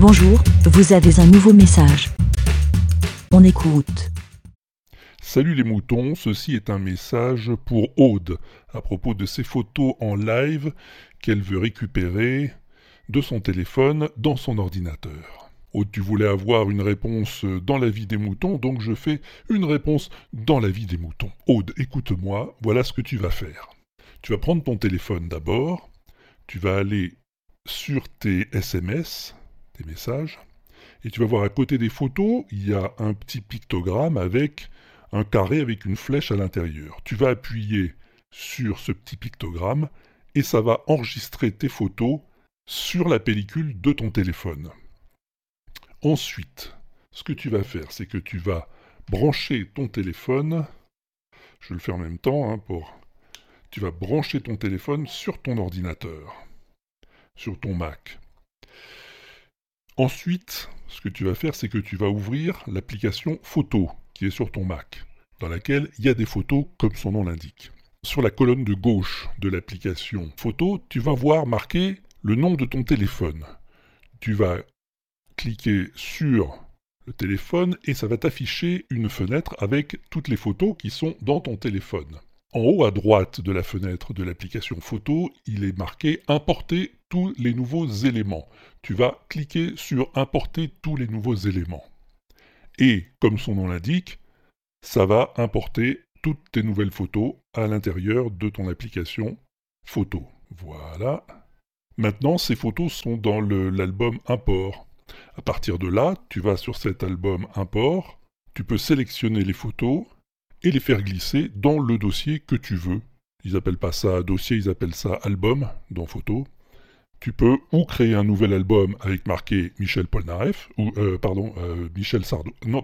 Bonjour, vous avez un nouveau message. On écoute. Salut les moutons, ceci est un message pour Aude à propos de ses photos en live qu'elle veut récupérer de son téléphone dans son ordinateur. Aude, tu voulais avoir une réponse dans la vie des moutons, donc je fais une réponse dans la vie des moutons. Aude, écoute-moi, voilà ce que tu vas faire. Tu vas prendre ton téléphone d'abord, tu vas aller sur tes SMS, tes messages, et tu vas voir à côté des photos, il y a un petit pictogramme avec un carré avec une flèche à l'intérieur. Tu vas appuyer sur ce petit pictogramme et ça va enregistrer tes photos sur la pellicule de ton téléphone. Ensuite, ce que tu vas faire, c'est que tu vas brancher ton téléphone, je le fais en même temps, tu vas brancher ton téléphone sur ton ordinateur, sur ton Mac. Ensuite, ce que tu vas faire, c'est que tu vas ouvrir l'application Photo qui est sur ton Mac, dans laquelle il y a des photos comme son nom l'indique. Sur la colonne de gauche de l'application Photo, tu vas voir marqué le nom de ton téléphone. Tu vas cliquer sur le téléphone et ça va t'afficher une fenêtre avec toutes les photos qui sont dans ton téléphone. En haut à droite de la fenêtre de l'application Photo, il est marqué « Importer tous les nouveaux éléments ». Tu vas cliquer sur « Importer tous les nouveaux éléments ». Et, comme son nom l'indique, ça va importer toutes tes nouvelles photos à l'intérieur de ton application Photo. Voilà. Maintenant, ces photos sont dans l'album Import. À partir de là, tu vas sur cet album Import, tu peux sélectionner les photos et les faire glisser dans le dossier que tu veux. Ils appellent pas ça dossier, ils appellent ça album dans Photo. Tu peux ou créer un nouvel album avec marqué Michel Polnareff, ou Michel Sardou. Non,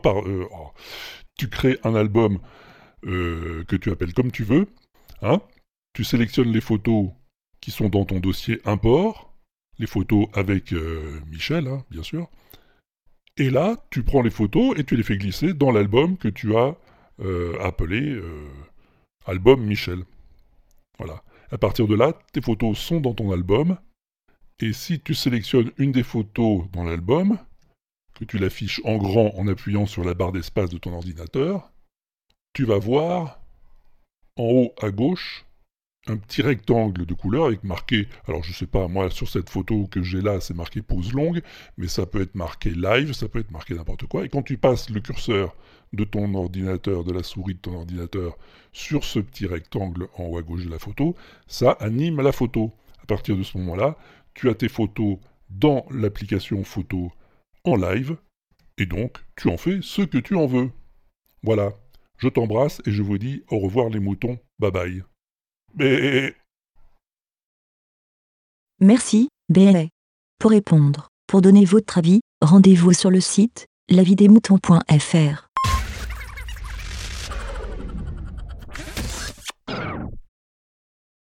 tu crées un album que tu appelles comme tu veux. Hein. Tu sélectionnes les photos qui sont dans ton dossier import, les photos avec Michel, bien sûr. Et là, tu prends les photos et tu les fais glisser dans l'album que tu as appelé album Michel. Voilà. À partir de là, tes photos sont dans ton album. Et si tu sélectionnes une des photos dans l'album, que tu l'affiches en grand en appuyant sur la barre d'espace de ton ordinateur, tu vas voir en haut à gauche un petit rectangle de couleur avec marqué, alors je sais pas, moi sur cette photo que j'ai là c'est marqué pause longue, mais ça peut être marqué live, ça peut être marqué n'importe quoi, et quand tu passes le curseur de ton ordinateur, de la souris de ton ordinateur sur ce petit rectangle en haut à gauche de la photo, ça anime la photo. À partir de ce moment-là, tu as tes photos dans l'application Photo en live, et donc tu en fais ce que tu en veux. Voilà, je t'embrasse et je vous dis au revoir les moutons, bye bye. Merci, BLA. Pour répondre, pour donner votre avis, rendez-vous sur le site lavidesmoutons.fr.